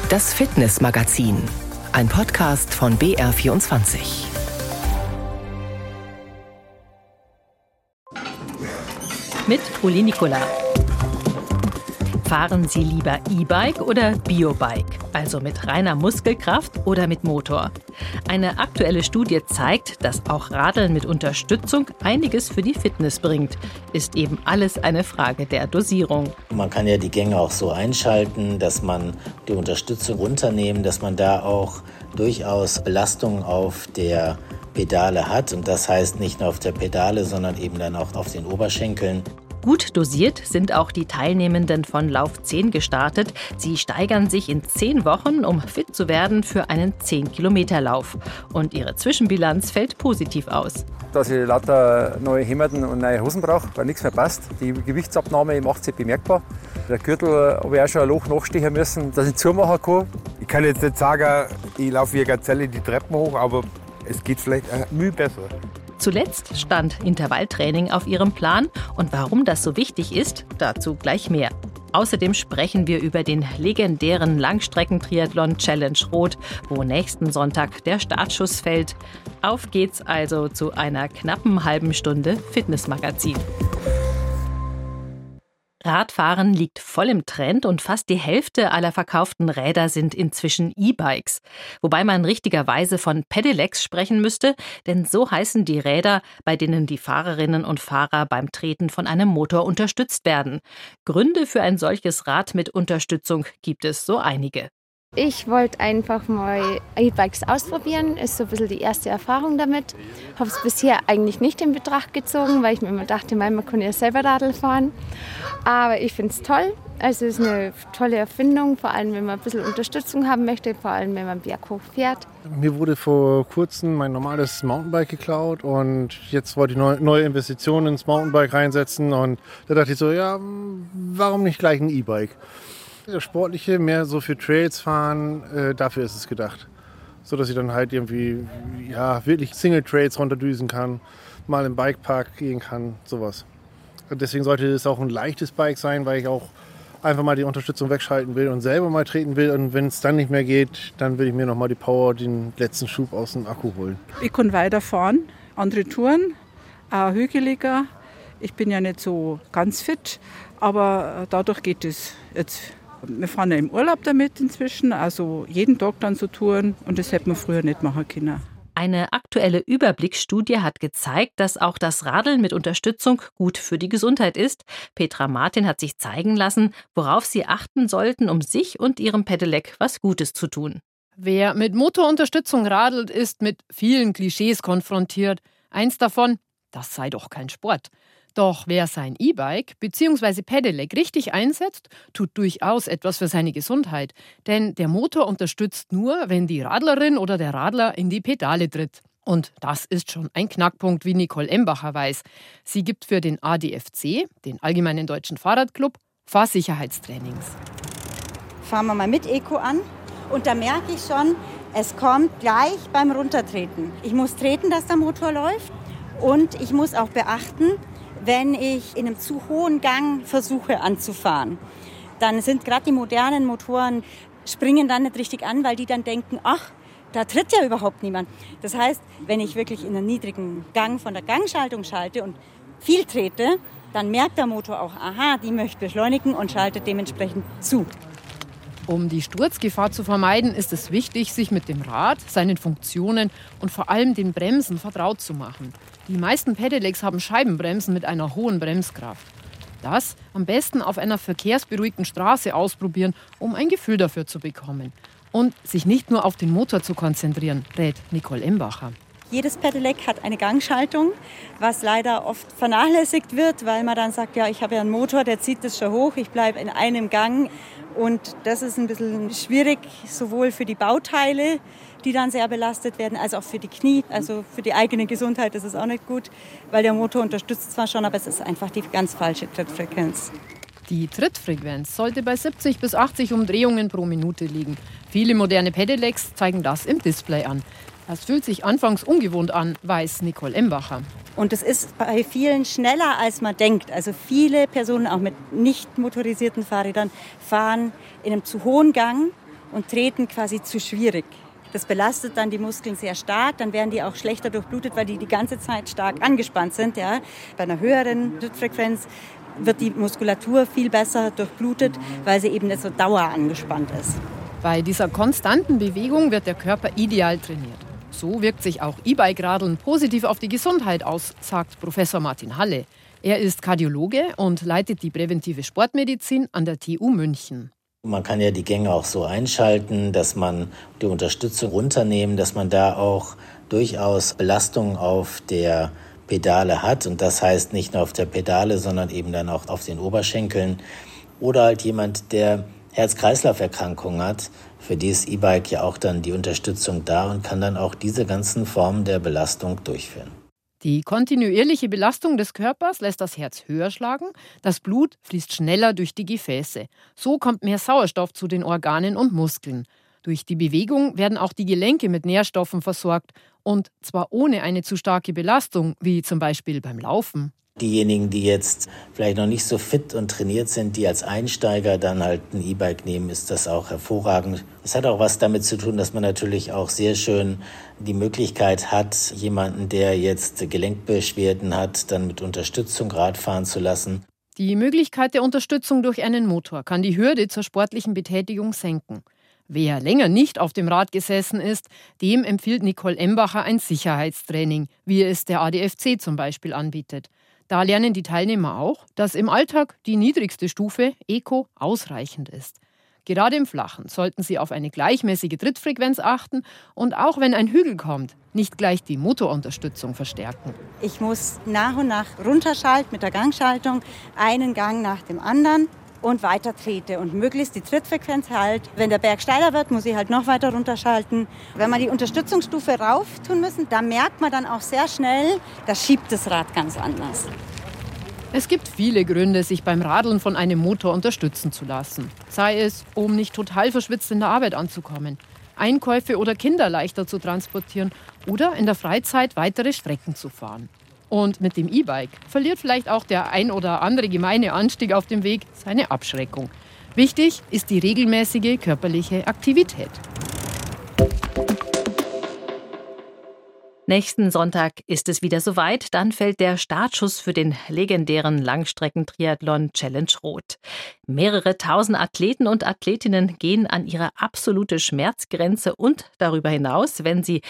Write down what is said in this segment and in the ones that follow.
Das Fitnessmagazin, ein Podcast von BR24. Mit Uli Nicola. Fahren Sie lieber E-Bike oder Biobike, also mit reiner Muskelkraft oder mit Motor? Eine aktuelle Studie zeigt, dass auch Radeln mit Unterstützung einiges für die Fitness bringt. Ist eben alles eine Frage der Dosierung. Man kann ja die Gänge auch so einschalten, dass man die Unterstützung runternehmen, dass man da auch durchaus Belastung auf der Pedale hat. Und das heißt nicht nur auf der Pedale, sondern eben dann auch auf den Oberschenkeln. Gut dosiert sind auch die Teilnehmenden von Lauf 10 gestartet. Sie steigern sich in 10 Wochen, um fit zu werden für einen 10-Kilometer-Lauf. Und ihre Zwischenbilanz fällt positiv aus. Dass ich lauter neue Hemden und neue Hosen brauche, weil nichts mehr passt. Die Gewichtsabnahme macht sich bemerkbar. Der Gürtel habe ich auch schon ein Loch nachstechen müssen, dass ich zumachen kann. Ich kann jetzt nicht sagen, ich laufe wie eine Gazelle die Treppen hoch, aber es geht vielleicht ein Mühe besser. Zuletzt stand Intervalltraining auf ihrem Plan und warum das so wichtig ist, dazu gleich mehr. Außerdem sprechen wir über den legendären Langstreckentriathlon Challenge Rot, wo nächsten Sonntag der Startschuss fällt. Auf geht's also zu einer knappen halben Stunde Fitnessmagazin. Radfahren liegt voll im Trend und fast die Hälfte aller verkauften Räder sind inzwischen E-Bikes. Wobei man richtigerweise von Pedelecs sprechen müsste, denn so heißen die Räder, bei denen die Fahrerinnen und Fahrer beim Treten von einem Motor unterstützt werden. Gründe für ein solches Rad mit Unterstützung gibt es so einige. Ich wollte einfach mal E-Bikes ausprobieren, ist so ein bisschen die erste Erfahrung damit. Habe es bisher eigentlich nicht in Betracht gezogen, weil ich mir immer dachte, man kann ja selber Radl fahren. Aber ich finde es toll, also es ist eine tolle Erfindung, vor allem wenn man ein bisschen Unterstützung haben möchte, vor allem wenn man berghoch fährt. Mir wurde vor kurzem mein normales Mountainbike geklaut und jetzt wollte ich neue Investitionen ins Mountainbike reinsetzen und da dachte ich so, ja, warum nicht gleich ein E-Bike? Das Sportliche, mehr so für Trails fahren, dafür ist es gedacht. So dass ich dann halt irgendwie wirklich Single-Trails runterdüsen kann, mal im Bikepark gehen kann, sowas. Und deswegen sollte es auch ein leichtes Bike sein, weil ich auch einfach mal die Unterstützung wegschalten will und selber mal treten will. Und wenn es dann nicht mehr geht, dann will ich mir nochmal die Power, den letzten Schub aus dem Akku holen. Ich kann weiterfahren, andere Touren, auch hügeliger. Ich bin ja nicht so ganz fit, aber dadurch geht es jetzt. Wir fahren ja im Urlaub damit inzwischen, also jeden Tag dann so Touren und das hätte man früher nicht machen können. Eine aktuelle Überblicksstudie hat gezeigt, dass auch das Radeln mit Unterstützung gut für die Gesundheit ist. Petra Martin hat sich zeigen lassen, worauf Sie achten sollten, um sich und Ihrem Pedelec was Gutes zu tun. Wer mit Motorunterstützung radelt, ist mit vielen Klischees konfrontiert. Eins davon, das sei doch kein Sport. Doch wer sein E-Bike bzw. Pedelec richtig einsetzt, tut durchaus etwas für seine Gesundheit. Denn der Motor unterstützt nur, wenn die Radlerin oder der Radler in die Pedale tritt. Und das ist schon ein Knackpunkt, wie Nicole Embacher weiß. Sie gibt für den ADFC, den Allgemeinen Deutschen Fahrradclub, Fahrsicherheitstrainings. Fahren wir mal mit Eco an und da merke ich schon, es kommt gleich beim Runtertreten. Ich muss treten, dass der Motor läuft und ich muss auch beachten, wenn ich in einem zu hohen Gang versuche anzufahren, dann sind gerade die modernen Motoren, springen dann nicht richtig an, weil die dann denken, ach, da tritt ja überhaupt niemand. Das heißt, wenn ich wirklich in einen niedrigen Gang von der Gangschaltung schalte und viel trete, dann merkt der Motor auch, aha, die möchte beschleunigen und schaltet dementsprechend zu. Um die Sturzgefahr zu vermeiden, ist es wichtig, sich mit dem Rad, seinen Funktionen und vor allem den Bremsen vertraut zu machen. Die meisten Pedelecs haben Scheibenbremsen mit einer hohen Bremskraft. Das am besten auf einer verkehrsberuhigten Straße ausprobieren, um ein Gefühl dafür zu bekommen. Und sich nicht nur auf den Motor zu konzentrieren, rät Nicole Embacher. Jedes Pedelec hat eine Gangschaltung, was leider oft vernachlässigt wird, weil man dann sagt, ja, ich habe ja einen Motor, der zieht das schon hoch, ich bleibe in einem Gang. Und das ist ein bisschen schwierig, sowohl für die Bauteile, die dann sehr belastet werden, als auch für die Knie. Also für die eigene Gesundheit ist es auch nicht gut, weil der Motor unterstützt zwar schon, aber es ist einfach die ganz falsche Trittfrequenz. Die Trittfrequenz sollte bei 70 bis 80 Umdrehungen pro Minute liegen. Viele moderne Pedelecs zeigen das im Display an. Das fühlt sich anfangs ungewohnt an, weiß Nicole Embacher. Und es ist bei vielen schneller, als man denkt. Also viele Personen, auch mit nicht motorisierten Fahrrädern, fahren in einem zu hohen Gang und Treten quasi zu schwierig. Das belastet dann die Muskeln sehr stark, dann werden die auch schlechter durchblutet, weil die ganze Zeit stark angespannt sind. Ja. Bei einer höheren Trittfrequenz wird die Muskulatur viel besser durchblutet, weil sie eben nicht so dauerangespannt ist. Bei dieser konstanten Bewegung wird der Körper ideal trainiert. So wirkt sich auch E-Bike-Radeln positiv auf die Gesundheit aus, sagt Professor Martin Halle. Er ist Kardiologe und leitet die präventive Sportmedizin an der TU München. Man kann ja die Gänge auch so einschalten, dass man die Unterstützung runternehmen, dass man da auch durchaus Belastungen auf der Pedale hat. Und das heißt nicht nur auf der Pedale, sondern eben dann auch auf den Oberschenkeln. Oder halt jemand, der Herz-Kreislauf-Erkrankungen hat, für die ist E-Bike ja auch dann die Unterstützung da und kann dann auch diese ganzen Formen der Belastung durchführen. Die kontinuierliche Belastung des Körpers lässt das Herz höher schlagen, das Blut fließt schneller durch die Gefäße. So kommt mehr Sauerstoff zu den Organen und Muskeln. Durch die Bewegung werden auch die Gelenke mit Nährstoffen versorgt und zwar ohne eine zu starke Belastung, wie zum Beispiel beim Laufen. Diejenigen, die jetzt vielleicht noch nicht so fit und trainiert sind, die als Einsteiger dann halt ein E-Bike nehmen, ist das auch hervorragend. Es hat auch was damit zu tun, dass man natürlich auch sehr schön die Möglichkeit hat, jemanden, der jetzt Gelenkbeschwerden hat, dann mit Unterstützung Rad fahren zu lassen. Die Möglichkeit der Unterstützung durch einen Motor kann die Hürde zur sportlichen Betätigung senken. Wer länger nicht auf dem Rad gesessen ist, dem empfiehlt Nicole Embacher ein Sicherheitstraining, wie es der ADFC zum Beispiel anbietet. Da lernen die Teilnehmer auch, dass im Alltag die niedrigste Stufe, Eco, ausreichend ist. Gerade im Flachen sollten Sie auf eine gleichmäßige Trittfrequenz achten und auch wenn ein Hügel kommt, nicht gleich die Motorunterstützung verstärken. Ich muss nach und nach runterschalten mit der Gangschaltung, einen Gang nach dem anderen und weiter trete und möglichst die Trittfrequenz halt. Wenn der Berg steiler wird, muss ich halt noch weiter runterschalten. Wenn wir die Unterstützungsstufe rauf tun müssen, da merkt man dann auch sehr schnell, da schiebt das Rad ganz anders. Es gibt viele Gründe, sich beim Radeln von einem Motor unterstützen zu lassen. Sei es, um nicht total verschwitzt in der Arbeit anzukommen, Einkäufe oder Kinder leichter zu transportieren oder in der Freizeit weitere Strecken zu fahren. Und mit dem E-Bike verliert vielleicht auch der ein oder andere gemeine Anstieg auf dem Weg seine Abschreckung. Wichtig ist die regelmäßige körperliche Aktivität. Nächsten Sonntag ist es wieder soweit. Dann fällt der Startschuss für den legendären Langstrecken-Triathlon Challenge Rot. Mehrere tausend Athleten und Athletinnen gehen an ihre absolute Schmerzgrenze und darüber hinaus, wenn sie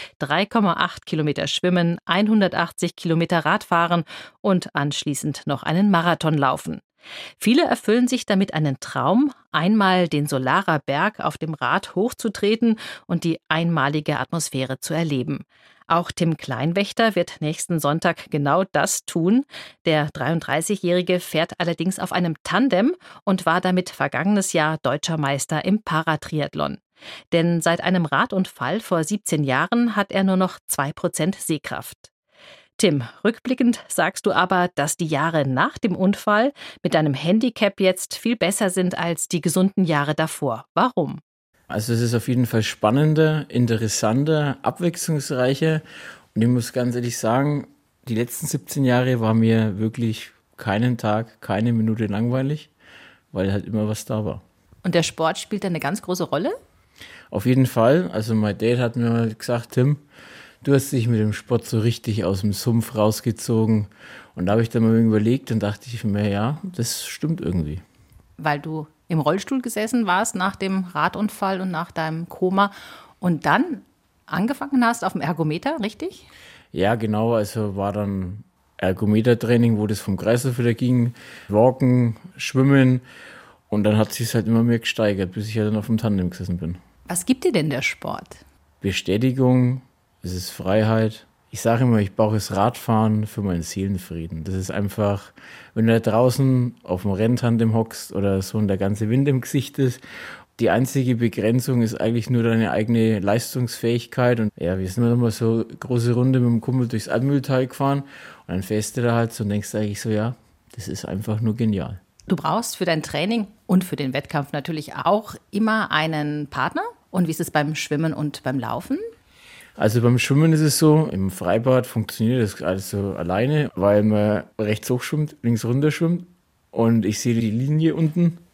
3,8 Kilometer schwimmen, 180 Kilometer Rad fahren und anschließend noch einen Marathon laufen. Viele erfüllen sich damit einen Traum, einmal den Solarer Berg auf dem Rad hochzutreten und die einmalige Atmosphäre zu erleben. Auch Tim Kleinwächter wird nächsten Sonntag genau das tun. Der 33-Jährige fährt allerdings auf einem Tandem und war damit vergangenes Jahr deutscher Meister im Paratriathlon. Denn seit einem Radunfall vor 17 Jahren hat er nur noch 2% Sehkraft. Tim, rückblickend sagst du aber, dass die Jahre nach dem Unfall mit deinem Handicap jetzt viel besser sind als die gesunden Jahre davor. Warum? Also es ist auf jeden Fall spannender, interessanter, abwechslungsreicher. Und ich muss ganz ehrlich sagen, die letzten 17 Jahre war mir wirklich keinen Tag, keine Minute langweilig, weil halt immer was da war. Und der Sport spielt da eine ganz große Rolle? Auf jeden Fall. Also mein Dad hat mir mal gesagt, Tim, du hast dich mit dem Sport so richtig aus dem Sumpf rausgezogen. Und da habe ich dann mal überlegt und dachte ich mir, ja, das stimmt irgendwie. Weil du im Rollstuhl gesessen warst nach dem Radunfall und nach deinem Koma und dann angefangen hast auf dem Ergometer, richtig? Ja, genau. Also war dann Ergometertraining, wo das vom Kreislauf wieder ging, Walken, Schwimmen und dann hat es sich halt immer mehr gesteigert, bis ich halt dann auf dem Tandem gesessen bin. Was gibt dir denn der Sport? Bestätigung, es ist Freiheit. Ich sage immer, ich brauche das Radfahren für meinen Seelenfrieden. Das ist einfach, wenn du da draußen auf dem Renntandem hockst oder so und der ganze Wind im Gesicht ist, die einzige Begrenzung ist eigentlich nur deine eigene Leistungsfähigkeit. Und ja, wir sind dann mal so eine große Runde mit dem Kumpel durchs Altmühltal gefahren und dann fährst du da halt so und denkst eigentlich so, ja, das ist einfach nur genial. Du brauchst für dein Training und für den Wettkampf natürlich auch immer einen Partner. Und wie ist es beim Schwimmen und beim Laufen? Also beim Schwimmen ist es so, im Freibad funktioniert das alles so alleine, weil man rechts hoch schwimmt, links runter schwimmt und ich sehe die Linie unten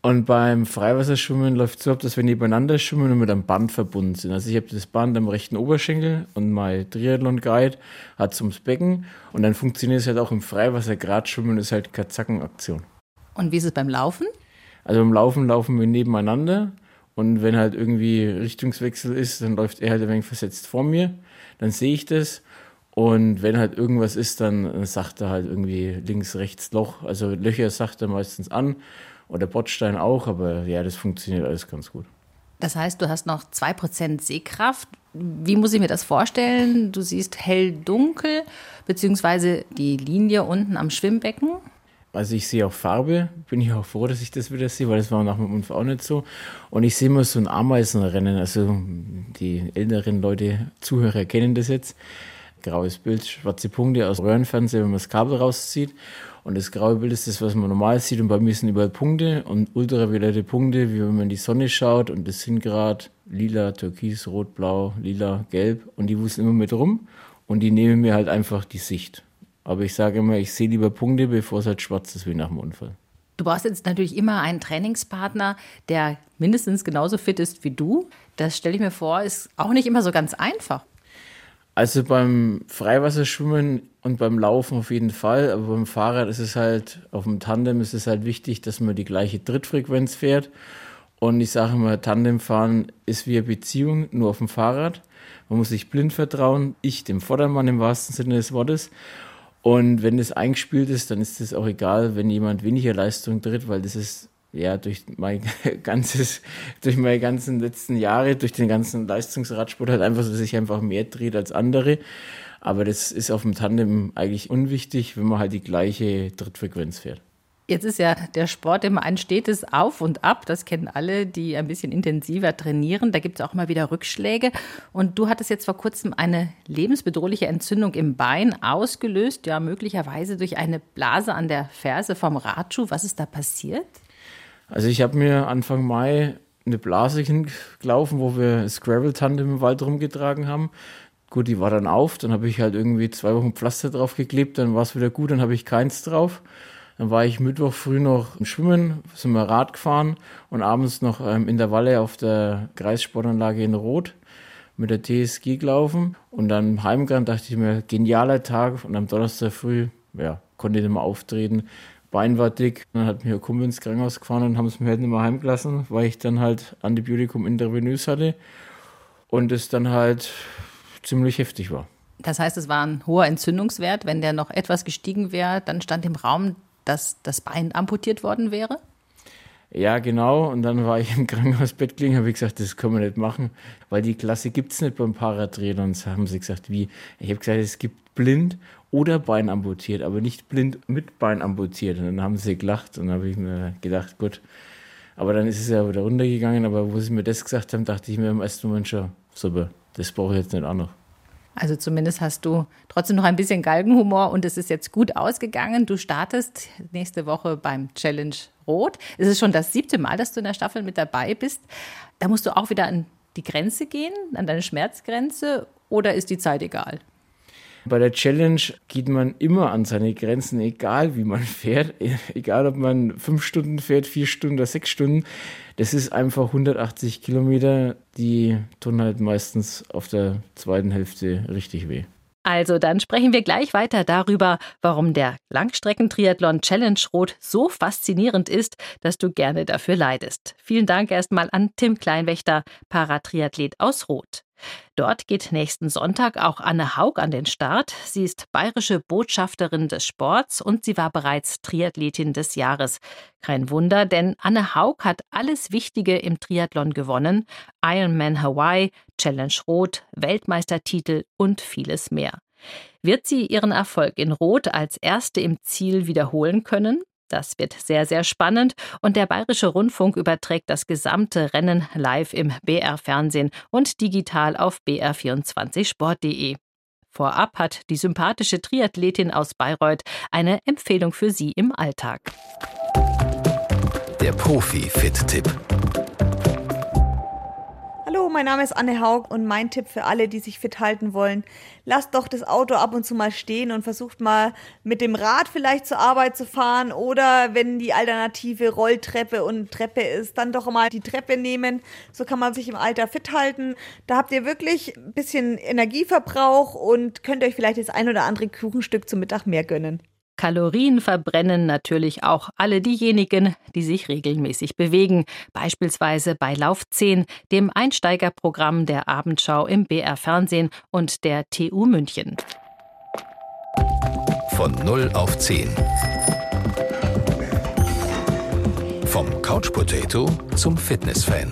Und beim Freiwasserschwimmen läuft es so ab, dass wir nebeneinander schwimmen und mit einem Band verbunden sind. Also ich habe das Band am rechten Oberschenkel und mein Triathlon-Guide hat es ums Becken. Und dann funktioniert es halt auch im Freiwasser. Gerade schwimmen ist halt keine Zackenaktion. Und wie ist es beim Laufen? Also beim Laufen laufen wir nebeneinander. Und wenn halt irgendwie Richtungswechsel ist, dann läuft er halt ein wenig versetzt vor mir. Dann sehe ich das. Und wenn halt irgendwas ist, dann sagt er halt irgendwie links, rechts Loch. Also Löcher sagt er meistens an. Oder Bordstein auch, aber ja, das funktioniert alles ganz gut. Das heißt, du hast noch 2% Sehkraft. Wie muss ich mir das vorstellen? Du siehst hell-dunkel, beziehungsweise die Linie unten am Schwimmbecken. Also ich sehe auch Farbe, bin ich auch froh, dass ich das wieder sehe, weil das war nach dem Unfall auch nicht so. Und ich sehe mal so ein Ameisenrennen, also die älteren Leute, Zuhörer kennen das jetzt. Graues Bild, schwarze Punkte aus Röhrenfernseher, wenn man das Kabel rauszieht. Und das graue Bild ist das, was man normal sieht. Und bei mir sind überall Punkte und ultraviolette Punkte, wie wenn man in die Sonne schaut. Und das sind gerade lila, türkis, rot, blau, lila, gelb. Und die wuseln immer mit rum. Und die nehmen mir halt einfach die Sicht. Aber ich sage immer, ich sehe lieber Punkte, bevor es halt schwarz ist wie nach dem Unfall. Du brauchst jetzt natürlich immer einen Trainingspartner, der mindestens genauso fit ist wie du. Das stelle ich mir vor, ist auch nicht immer so ganz einfach. Also beim Freiwasserschwimmen und beim Laufen auf jeden Fall, aber beim Fahrrad ist es halt, auf dem Tandem ist es halt wichtig, dass man die gleiche Trittfrequenz fährt. Und ich sage immer, Tandemfahren ist wie eine Beziehung, nur auf dem Fahrrad. Man muss sich blind vertrauen, ich dem Vordermann im wahrsten Sinne des Wortes. Und wenn das eingespielt ist, dann ist es auch egal, wenn jemand weniger Leistung tritt, weil das ist ja durch meine ganzen letzten Jahre, durch den ganzen Leistungsradsport halt einfach so, dass ich einfach mehr dreht als andere. Aber das ist auf dem Tandem eigentlich unwichtig, wenn man halt die gleiche Trittfrequenz fährt. Jetzt ist ja der Sport immer ein stetes Auf und Ab. Das kennen alle, die ein bisschen intensiver trainieren. Da gibt es auch immer wieder Rückschläge. Und du hattest jetzt vor kurzem eine lebensbedrohliche Entzündung im Bein ausgelöst, ja möglicherweise durch eine Blase an der Ferse vom Radschuh. Was ist da passiert? Also ich habe mir Anfang Mai eine Blase hingelaufen, wo wir das Gravel-Tandem im Wald rumgetragen haben. Gut, die war dann auf, dann habe ich halt irgendwie 2 Wochen Pflaster drauf geklebt, dann war es wieder gut, dann habe ich keins drauf. Dann war ich Mittwoch früh noch im Schwimmen, sind wir Rad gefahren und abends noch in der Walle auf der Kreissportanlage in Roth mit der TSG gelaufen. Und dann heimgegangen dachte ich mir, genialer Tag. Und am Donnerstag früh, ja, konnte ich nicht mehr auftreten. Bein war dick, dann hat mich ein Kumpel ins Krankenhaus gefahren und haben es mir halt nicht mehr heimgelassen, weil ich dann halt Antibiotikum intravenös hatte und es dann halt ziemlich heftig war. Das heißt, es war ein hoher Entzündungswert. Wenn der noch etwas gestiegen wäre, dann stand im Raum, dass das Bein amputiert worden wäre? Ja, genau. Und dann war ich im Krankenhausbett gelegen, habe ich gesagt, das können wir nicht machen, weil die Klasse gibt es nicht beim Paratriathlon. Und haben sie gesagt, wie? Ich habe gesagt, es gibt blind oder Bein amputiert, aber nicht blind mit Bein amputiert. Und dann haben sie gelacht und dann habe ich mir gedacht, gut. Aber dann ist es ja wieder runtergegangen. Aber wo sie mir das gesagt haben, dachte ich mir im ersten Moment schon, super, das brauche ich jetzt nicht auch noch. Also zumindest hast du trotzdem noch ein bisschen Galgenhumor und es ist jetzt gut ausgegangen. Du startest nächste Woche beim Challenge Roth. Es ist schon das 7. Mal, dass du in der Staffel mit dabei bist. Da musst du auch wieder an die Grenze gehen, an deine Schmerzgrenze, oder ist die Zeit egal? Bei der Challenge geht man immer an seine Grenzen, egal wie man fährt, egal ob man 5 Stunden fährt, 4 Stunden oder 6 Stunden. Das ist einfach 180 Kilometer, die tun halt meistens auf der zweiten Hälfte richtig weh. Also dann sprechen wir gleich weiter darüber, warum der Langstreckentriathlon Challenge Roth so faszinierend ist, dass du gerne dafür leidest. Vielen Dank erstmal an Tim Kleinwächter, Paratriathlet aus Roth. Dort geht nächsten Sonntag auch Anne Haug an den Start. Sie ist bayerische Botschafterin des Sports und sie war bereits Triathletin des Jahres. Kein Wunder, denn Anne Haug hat alles Wichtige im Triathlon gewonnen. Ironman Hawaii, Challenge Roth, Weltmeistertitel und vieles mehr. Wird sie ihren Erfolg in Roth als Erste im Ziel wiederholen können? Das wird sehr, sehr spannend und der Bayerische Rundfunk überträgt das gesamte Rennen live im BR-Fernsehen und digital auf br24sport.de. Vorab hat die sympathische Triathletin aus Bayreuth eine Empfehlung für Sie im Alltag. Der Profi-Fit-Tipp. Hallo, mein Name ist Anne Haug und mein Tipp für alle, die sich fit halten wollen: Lasst doch das Auto ab und zu mal stehen und versucht mal mit dem Rad vielleicht zur Arbeit zu fahren, oder wenn die Alternative Rolltreppe und Treppe ist, dann doch mal die Treppe nehmen. So kann man sich im Alter fit halten. Da habt ihr wirklich ein bisschen Energieverbrauch und könnt euch vielleicht das ein oder andere Kuchenstück zum Mittag mehr gönnen. Kalorien verbrennen natürlich auch alle diejenigen, die sich regelmäßig bewegen. Beispielsweise bei Lauf 10, dem Einsteigerprogramm der Abendschau im BR Fernsehen und der TU München. Von 0 auf 10. Vom Couch Potato zum Fitness-Fan.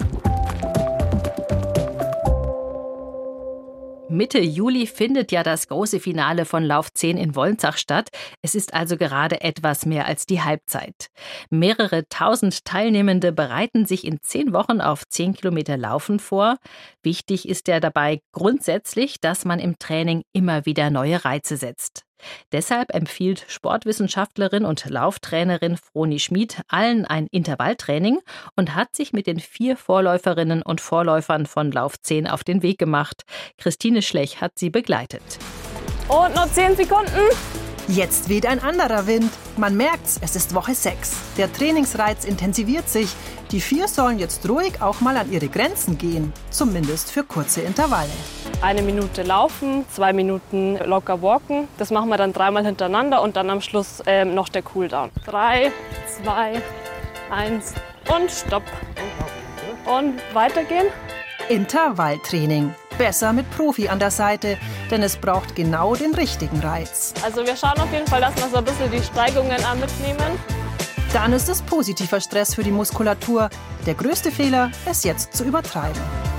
Mitte Juli findet ja das große Finale von Lauf 10 in Wolnzach statt. Es ist also gerade etwas mehr als die Halbzeit. Mehrere tausend Teilnehmende bereiten sich in 10 Wochen auf 10 Kilometer Laufen vor. Wichtig ist ja dabei grundsätzlich, dass man im Training immer wieder neue Reize setzt. Deshalb empfiehlt Sportwissenschaftlerin und Lauftrainerin Froni Schmid allen ein Intervalltraining und hat sich mit den 4 Vorläuferinnen und Vorläufern von Lauf 10 auf den Weg gemacht. Christine Schlech hat sie begleitet. Und noch 10 Sekunden. Jetzt weht ein anderer Wind. Man merkt's, es ist Woche 6. Der Trainingsreiz intensiviert sich. Die 4 sollen jetzt ruhig auch mal an ihre Grenzen gehen. Zumindest für kurze Intervalle. 1 Minute laufen, 2 Minuten locker walken. Das machen wir dann 3-mal hintereinander und dann am Schluss noch der Cooldown. 3, 2, 1 und Stopp. Und weitergehen. Intervalltraining. Besser mit Profi an der Seite, denn es braucht genau den richtigen Reiz. Also wir schauen auf jeden Fall, dass wir so ein bisschen die Steigungen mitnehmen. Dann ist es positiver Stress für die Muskulatur. Der größte Fehler, es jetzt zu übertreiben.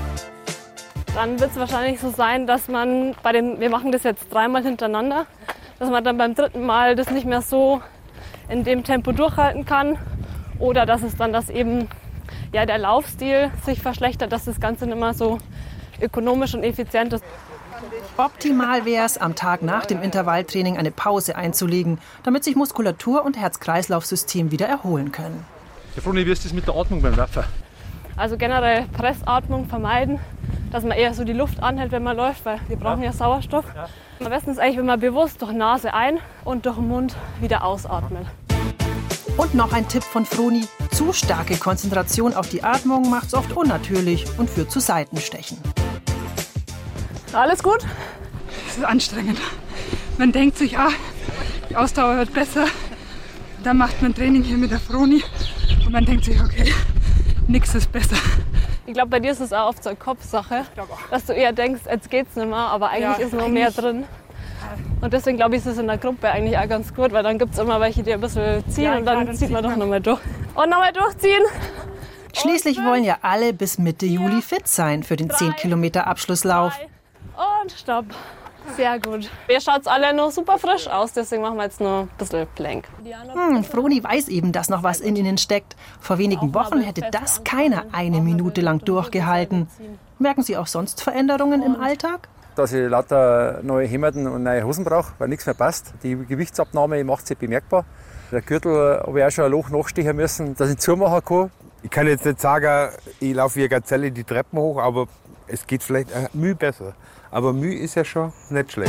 Dann wird es wahrscheinlich so sein, dass man wir machen das jetzt 3-mal hintereinander, dass man dann beim 3. Mal das nicht mehr so in dem Tempo durchhalten kann. Oder dass es dann, dass eben der Laufstil sich verschlechtert, dass das Ganze nicht mehr so ökonomisch und effizient ist. Optimal wäre es, am Tag nach dem Intervalltraining eine Pause einzulegen, damit sich Muskulatur und Herz-Kreislauf-System wieder erholen können. Herr Froni, wie ist das mit der Atmung beim Laufen? Also generell Pressatmung vermeiden, dass man eher so die Luft anhält, wenn man läuft, weil wir brauchen ja Sauerstoff. Ja. Am besten ist eigentlich, wenn man bewusst durch Nase ein und durch den Mund wieder ausatmet. Und noch ein Tipp von Froni: Zu starke Konzentration auf die Atmung macht es oft unnatürlich und führt zu Seitenstechen. Alles gut? Es ist anstrengend. Man denkt sich, die Ausdauer wird besser. Dann macht man Training hier mit der Froni und man denkt sich, okay, nichts ist besser. Ich glaube, bei dir ist es auch oft so eine Kopfsache, dass du eher denkst, jetzt geht's nicht mehr, aber eigentlich ist noch mehr drin. Und deswegen glaube ich, ist es in der Gruppe eigentlich auch ganz gut, weil dann gibt es immer welche, die ein bisschen ziehen und dann zieht man doch nochmal durch. Und nochmal durchziehen. Schließlich wollen ja alle bis Mitte Juli fit sein für den 10 Kilometer Abschlusslauf. Und Stopp. Sehr gut. Ihr schaut alle noch super frisch aus, deswegen machen wir jetzt noch ein bisschen Plank. Froni weiß eben, dass noch was in ihnen steckt. Vor wenigen Wochen hätte das keiner 1 Minute lang durchgehalten. Merken Sie auch sonst Veränderungen im Alltag? Dass ich lauter neue Hemden und neue Hosen brauche, weil nichts mehr passt. Die Gewichtsabnahme macht sich bemerkbar. Der Gürtel habe ich auch schon ein Loch nachstechen müssen, dass ich zumachen kann. Ich kann jetzt nicht sagen, ich laufe wie eine Gazelle die Treppen hoch, aber es geht vielleicht Mühe besser. Aber Mühe ist ja schon nicht schlecht.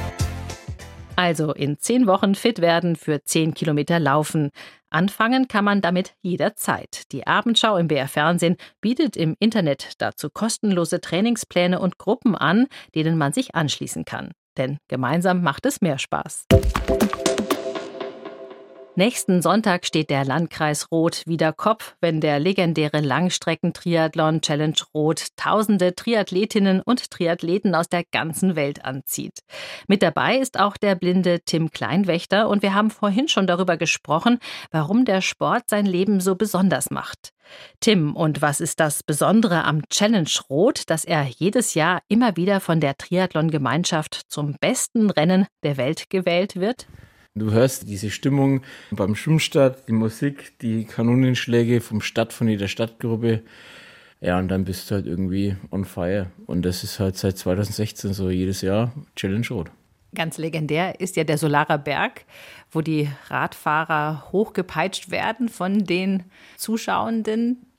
Also in 10 Wochen fit werden für 10 Kilometer Laufen. Anfangen kann man damit jederzeit. Die Abendschau im BR Fernsehen bietet im Internet dazu kostenlose Trainingspläne und Gruppen an, denen man sich anschließen kann. Denn gemeinsam macht es mehr Spaß. Nächsten Sonntag steht der Landkreis Roth wieder Kopf, wenn der legendäre Langstrecken-Triathlon Challenge Roth tausende Triathletinnen und Triathleten aus der ganzen Welt anzieht. Mit dabei ist auch der blinde Tim Kleinwächter und wir haben vorhin schon darüber gesprochen, warum der Sport sein Leben so besonders macht. Tim, und was ist das Besondere am Challenge Roth, dass er jedes Jahr immer wieder von der Triathlon-Gemeinschaft zum besten Rennen der Welt gewählt wird? Du hörst diese Stimmung beim Schwimmstart, die Musik, die Kanonenschläge von jeder Stadtgruppe. Ja, und dann bist du halt irgendwie on fire. Und das ist halt seit 2016 so jedes Jahr Challenge Roth. Ganz legendär ist ja der Solarer Berg, wo die Radfahrer hochgepeitscht werden von den Zuschauenden.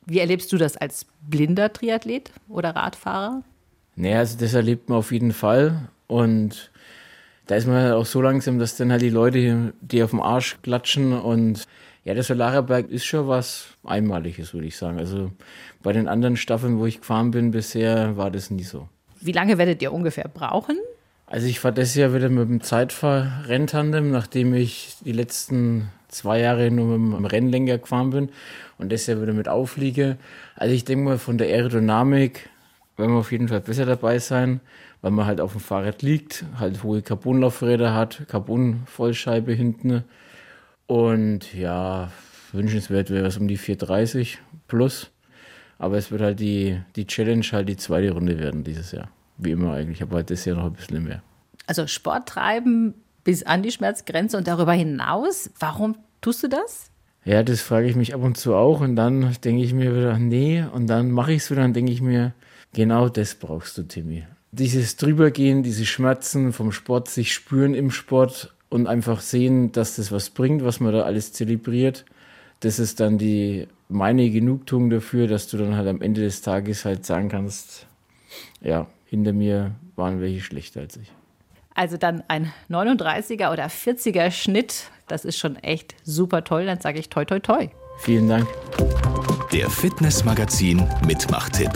Wie erlebst du das als blinder Triathlet oder Radfahrer? Naja, also das erlebt man auf jeden Fall. Und da ist man halt auch so langsam, dass dann halt die Leute, die auf dem Arsch klatschen. Und ja, der Solaria-Berg ist schon was Einmaliges, würde ich sagen. Also bei den anderen Staffeln, wo ich gefahren bin bisher, war das nie so. Wie lange werdet ihr ungefähr brauchen? Also ich fahre das Jahr wieder mit dem Zeitfahr-Renntandem, nachdem ich die letzten 2 Jahre nur mit dem Rennlenker gefahren bin und das Jahr wieder mit Aufliege. Also ich denke mal, von der Aerodynamik werden wir auf jeden Fall besser dabei sein, weil man halt auf dem Fahrrad liegt, halt hohe Carbonlaufräder hat, Carbon-Vollscheibe hinten. Und ja, wünschenswert wäre es um die 4:30 plus. Aber es wird halt die Challenge, halt die zweite Runde werden dieses Jahr. Wie immer eigentlich, aber halt das Jahr noch ein bisschen mehr. Also Sport treiben bis an die Schmerzgrenze und darüber hinaus. Warum tust du das? Ja, das frage ich mich ab und zu auch. Und dann denke ich mir wieder, nee. Und dann mache ich es wieder und denke ich mir, genau das brauchst du, Timmy. Dieses Drübergehen, diese Schmerzen vom Sport, sich spüren im Sport und einfach sehen, dass das was bringt, was man da alles zelebriert. Das ist dann meine Genugtuung dafür, dass du dann halt am Ende des Tages halt sagen kannst, ja, hinter mir waren welche schlechter als ich. Also dann ein 39er oder 40er Schnitt, das ist schon echt super toll. Dann sage ich toi, toi, toi. Vielen Dank. Der Fitnessmagazin Mitmachtipp.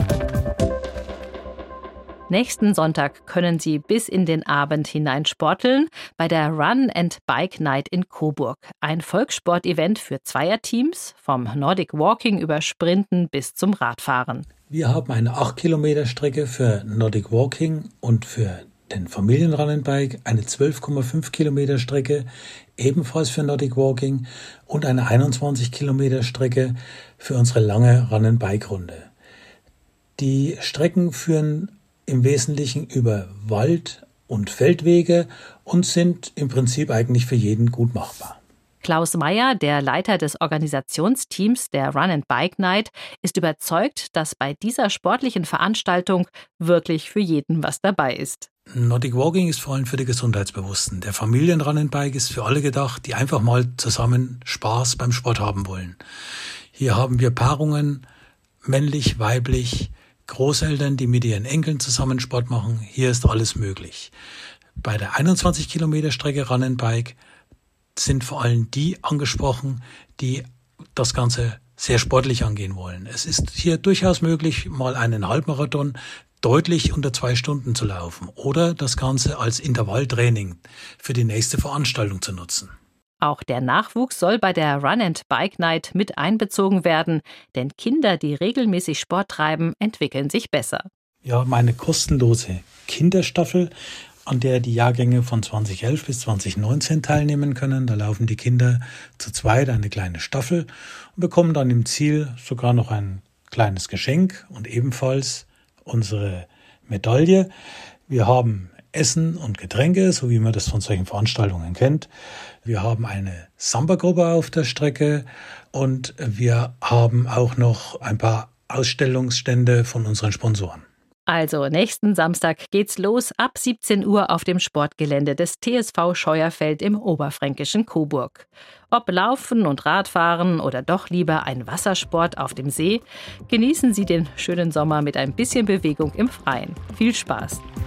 Nächsten Sonntag können Sie bis in den Abend hinein sporteln bei der Run and Bike Night in Coburg. Ein Volkssport-Event für Zweierteams, vom Nordic Walking über Sprinten bis zum Radfahren. Wir haben eine 8-Kilometer-Strecke für Nordic Walking und für den Familien-Run and Bike, eine 12,5 Kilometer Strecke ebenfalls für Nordic Walking und eine 21 Kilometer Strecke für unsere lange Run and Bike Runde. Die Strecken führen im Wesentlichen über Wald- und Feldwege und sind im Prinzip eigentlich für jeden gut machbar. Klaus Meyer, der Leiter des Organisationsteams der Run and Bike Night, ist überzeugt, dass bei dieser sportlichen Veranstaltung wirklich für jeden was dabei ist. Nordic Walking ist vor allem für die Gesundheitsbewussten. Der Familien-Run and Bike ist für alle gedacht, die einfach mal zusammen Spaß beim Sport haben wollen. Hier haben wir Paarungen, männlich, weiblich, Großeltern, die mit ihren Enkeln zusammen Sport machen. Hier ist alles möglich. Bei der 21 Kilometer Strecke Run and Bike sind vor allem die angesprochen, die das Ganze sehr sportlich angehen wollen. Es ist hier durchaus möglich, mal einen Halbmarathon deutlich unter 2 Stunden zu laufen oder das Ganze als Intervalltraining für die nächste Veranstaltung zu nutzen. Auch der Nachwuchs soll bei der Run and Bike Night mit einbezogen werden, denn Kinder, die regelmäßig Sport treiben, entwickeln sich besser. Wir haben eine kostenlose Kinderstaffel, an der die Jahrgänge von 2011 bis 2019 teilnehmen können. Da laufen die Kinder zu zweit eine kleine Staffel und bekommen dann im Ziel sogar noch ein kleines Geschenk und ebenfalls unsere Medaille. Wir haben Essen und Getränke, so wie man das von solchen Veranstaltungen kennt. Wir haben eine Samba-Gruppe auf der Strecke und wir haben auch noch ein paar Ausstellungsstände von unseren Sponsoren. Also nächsten Samstag geht's los ab 17 Uhr auf dem Sportgelände des TSV Scheuerfeld im oberfränkischen Coburg. Ob Laufen und Radfahren oder doch lieber ein Wassersport auf dem See, genießen Sie den schönen Sommer mit ein bisschen Bewegung im Freien. Viel Spaß!